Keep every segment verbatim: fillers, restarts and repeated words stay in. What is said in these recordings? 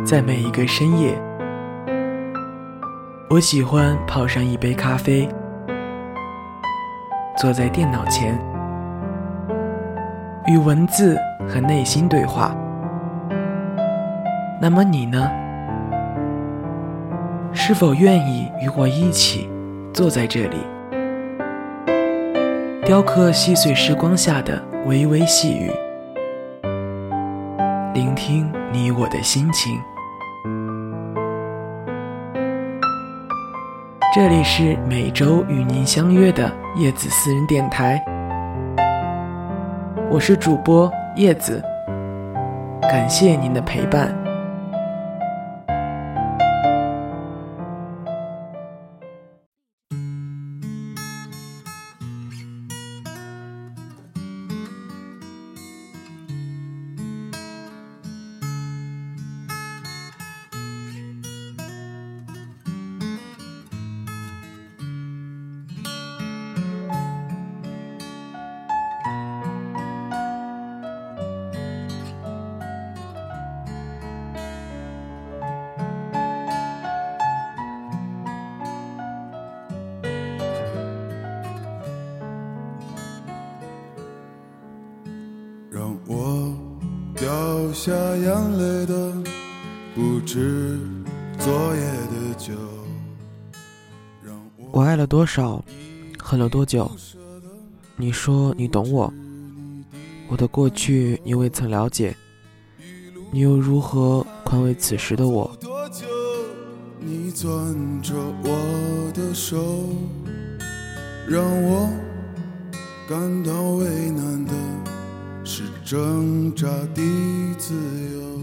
在每一个深夜，我喜欢泡上一杯咖啡，坐在电脑前，与文字和内心对话。那么你呢？是否愿意与我一起坐在这里，雕刻细碎时光下的微微细语，聆听你我的心情。这里是每周与您相约的叶子私人电台，我是主播叶子，感谢您的陪伴。 让我掉下眼泪的不止昨夜的酒。 我爱了多少，恨了多久，你说你懂我，我的过去你未曾了解，你又如何宽慰此时的我？ 你攥着我的手，让我感到为难的是挣扎的自由。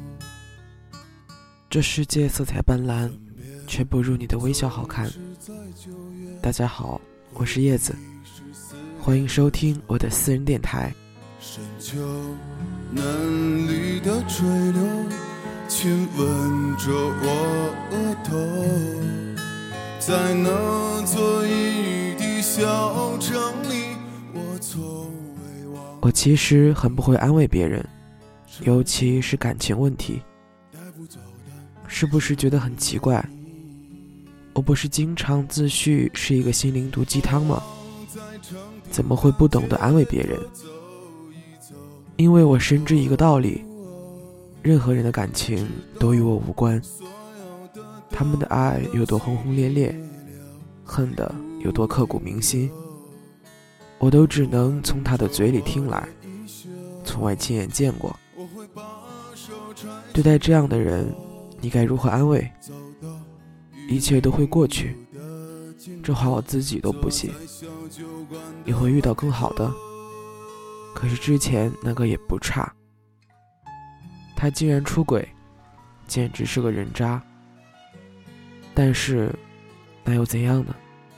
这世界色彩斑斓，却不如你的微笑好看。大家好，我是叶子，欢迎收听我的私人电台。 深秋嫩绿的垂柳亲吻着我额头，在那座阴雨的小城里，我从未忘。 我其实很不会安慰别人，尤其是感情问题。是不是觉得很奇怪？我不是经常自诩是一个心灵毒鸡汤吗？怎么会不懂得安慰别人？因为我深知一个道理，任何人的感情都与我无关，他们的爱有多轰轰烈烈，恨的有多刻骨铭心，我都只能从他的嘴里听来，从未亲眼见过。对待这样的人，你该如何安慰？一切都会过去，这话我自己都不信。你会遇到更好的，可是之前那个也不差。他竟然出轨，简直是个人渣。但是那又怎样呢？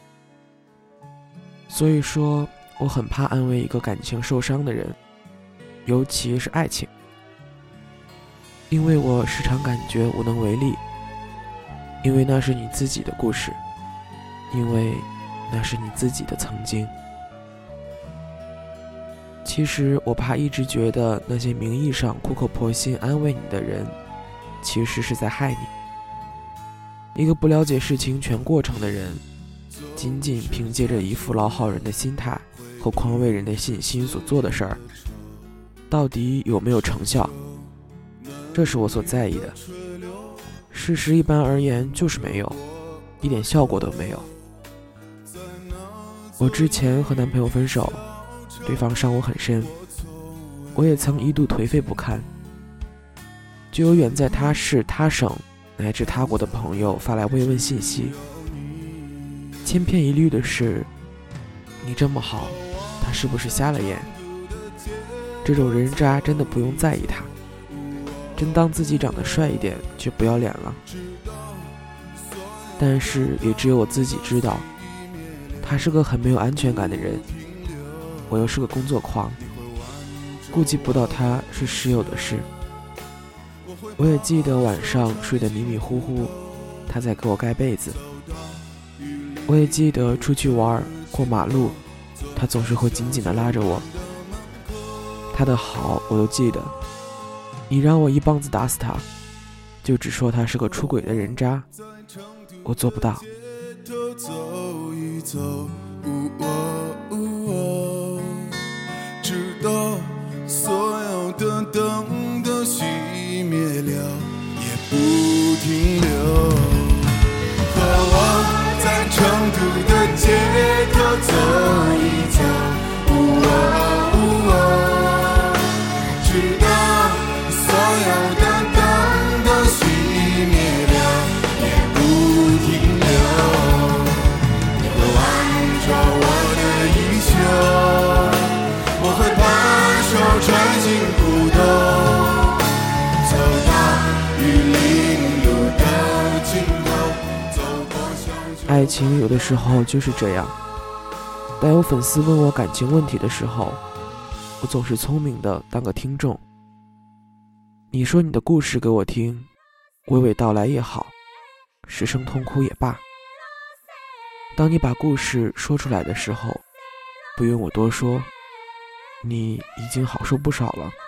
所以说我很怕安慰一个感情受伤的人，尤其是爱情，因为我时常感觉无能为力，因为那是你自己的故事，因为那是你自己的曾经。其实我怕一直觉得那些名义上苦口婆心安慰你的人，其实是在害你。一个不了解事情全过程的人，仅仅凭借着一副老好人的心态和宽慰人的信心所做的事儿，到底有没有成效？这是我所在意的。事实一般而言就是没有，一点效果都没有。我之前和男朋友分手，对方伤我很深，我也曾一度颓废不堪，就有远在他市他省乃至他国的朋友发来慰问信息，千篇一律的是，你这么好，他是不是瞎了眼？这种人渣真的不用在意他，真当自己长得帅一点就不要脸了。但是也只有我自己知道，他是个很没有安全感的人，我又是个工作狂，顾及不到他是室友的事。我也记得晚上睡得迷迷糊糊，他在给我盖被子。我也记得出去玩过马路，他总是会紧紧地拉着我。他的好我都记得，你让我一棒子打死他， 就只说他是个出轨的人渣，我做不到。 走一走，呜哦呜哦，直到所有的灯都熄灭了，也不停留。和我在成都的街头走一走，呜哦呜哦，直到所有的灯都熄灭了，也不停留。和挽着我的衣袖，我会把手揣进裤兜，走到玉林路的尽头，走过小桥。 爱情有的时候就是这样，当有粉丝问我感情问题的时候，我总是聪明的当个听众。你说你的故事给我听，娓娓道来也好，失声痛哭也罢。当你把故事说出来的时候，不用我多说，你已经好受不少了。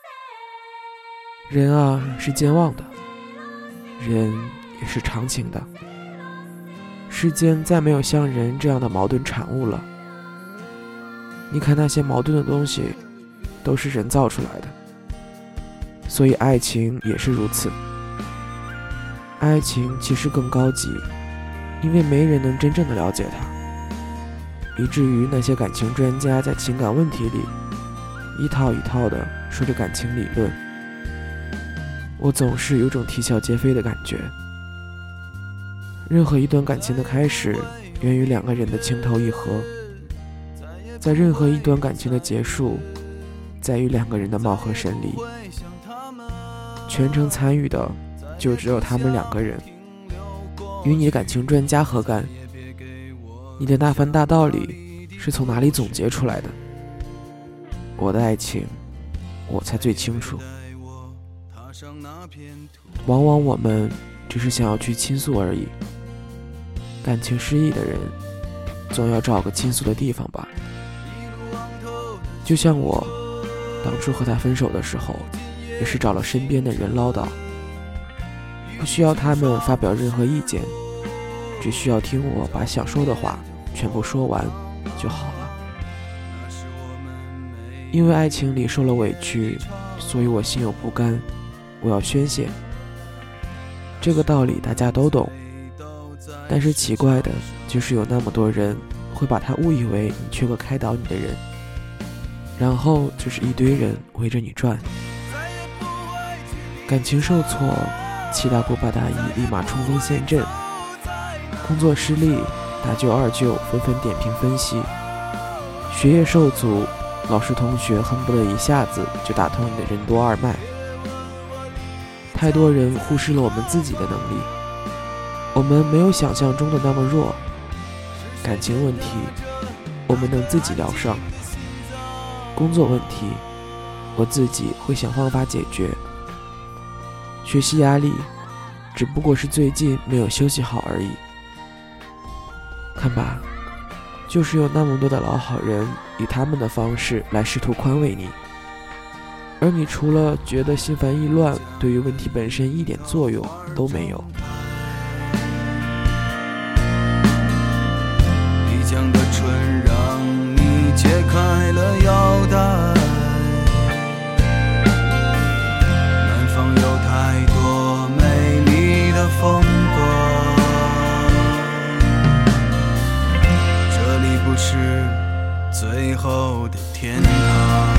人啊，是健忘的，人也是长情的。世间再没有像人这样的矛盾产物了。你看那些矛盾的东西，都是人造出来的。所以爱情也是如此。爱情其实更高级，因为没人能真正的了解它，以至于那些感情专家在情感问题里一套一套的说着感情理论，我总是有种啼笑皆非的感觉。任何一段感情的开始源于两个人的情投意合，在任何一段感情的结束在于两个人的貌合神离，全程参与的就只有他们两个人。与你的感情专家何干？你的那番大道理是从哪里总结出来的？我的爱情我才最清楚。往往我们只是想要去倾诉而已。感情失意的人总要找个倾诉的地方吧。就像我当初和他分手的时候，也是找了身边的人唠叨，不需要他们发表任何意见，只需要听我把想说的话全部说完就好了。因为爱情里受了委屈，所以我心有不甘，我要宣泄。这个道理大家都懂，但是奇怪的就是有那么多人会把它误以为你缺个开导你的人，然后就是一堆人围着你转。感情受挫，七大姑八大姨立马冲锋陷阵，工作失利，大舅二舅纷纷点评分析，学业受阻，老师同学恨不得一下子就打通你的任督二脉。太多人忽视了我们自己的能力，我们没有想象中的那么弱。感情问题我们能自己疗伤，工作问题我自己会想方法解决，学习压力只不过是最近没有休息好而已。看吧，就是有那么多的老好人以他们的方式来试图宽慰你，而你除了觉得心烦意乱，对于问题本身一点作用都没有。 丽江的春让你解开了腰带，南方有太多美丽的风光，这里不是最后的天堂。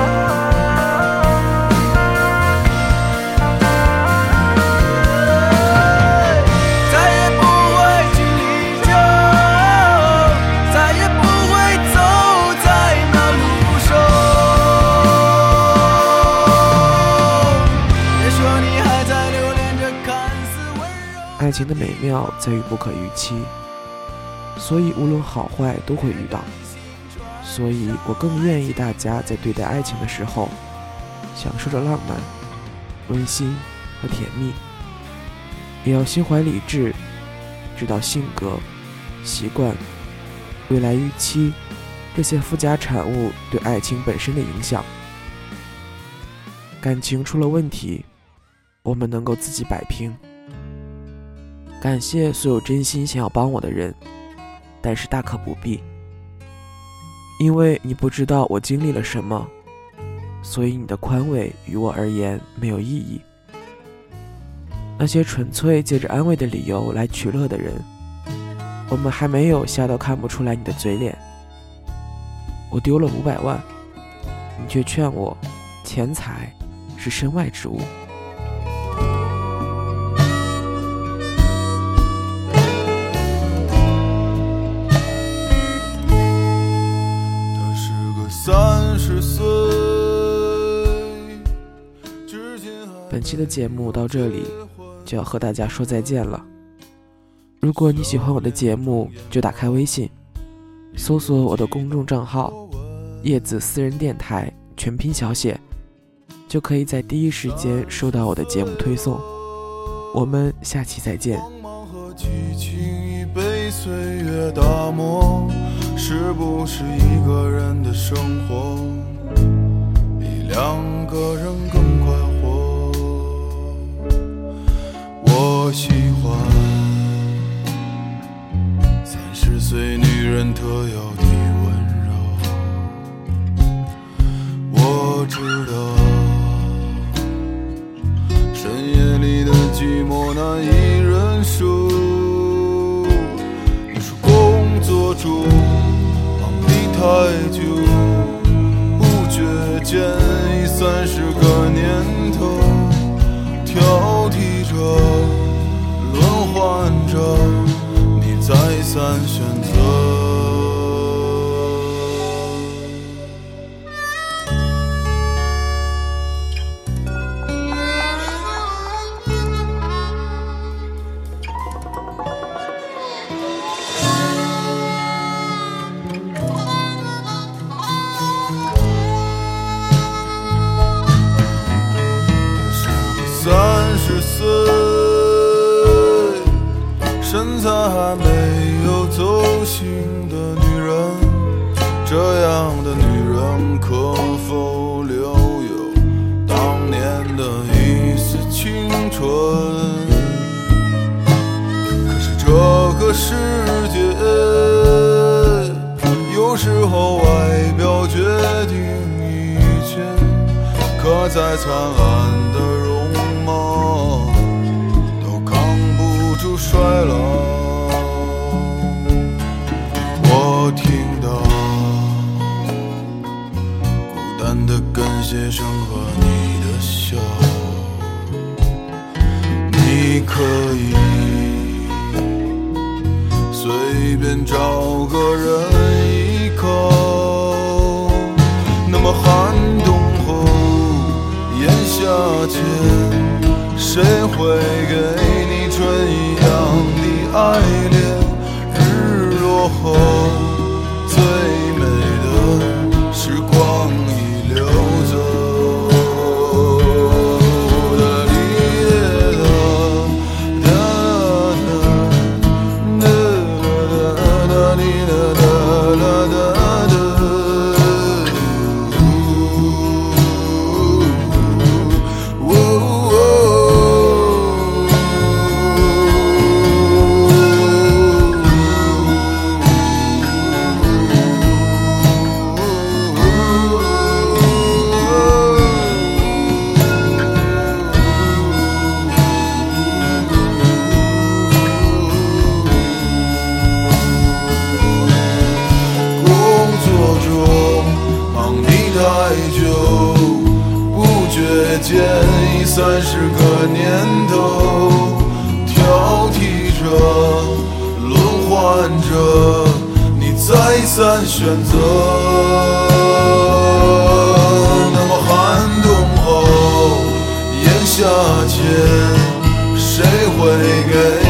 爱情的美妙在于不可预期，所以无论好坏都会遇到。所以我更愿意大家在对待爱情的时候，享受着浪漫、温馨和甜蜜，也要心怀理智，知道性格、习惯、未来预期这些附加产物对爱情本身的影响。感情出了问题， 我们能够自己摆平。感谢所有真心想要帮我的人，但是大可不必，因为你不知道我经历了什么，所以你的宽慰于我而言没有意义。那些纯粹借着安慰的理由来取乐的人，我们还没有笑到看不出来你的嘴脸。我丢了五百万，你却劝我钱财是身外之物。 他是个三十岁。 本期的节目到这里就要和大家说再见了。如果你喜欢我的节目，就打开微信，搜索我的公众账号叶子私人电台全拼小写，就可以在第一时间收到我的节目推送。我们下期再见。 已被岁月打磨，是不是一个人的生活比两个人更快活？我喜欢三十岁女人特有的温柔。我知道深夜里的寂寞难以忍受。你说工作中忙得太久，不觉间已三十个年头，挑剔着轮换着，你再三选择。三十岁，身材还没有走形的女人，这样的女人可否留有当年的一丝青春？可是这个世界有时候外表决定一切，可再灿烂的容都扛不住衰老。我听到孤单的跟鞋声和你的笑，你可以随便找个人依靠，那么寒冬后炎夏间，谁会给你春一样的爱恋？日落后最美的时光已流走。间已三十个年头，挑剔着轮换着，你再三选择。那么寒冬后炎夏间，谁会给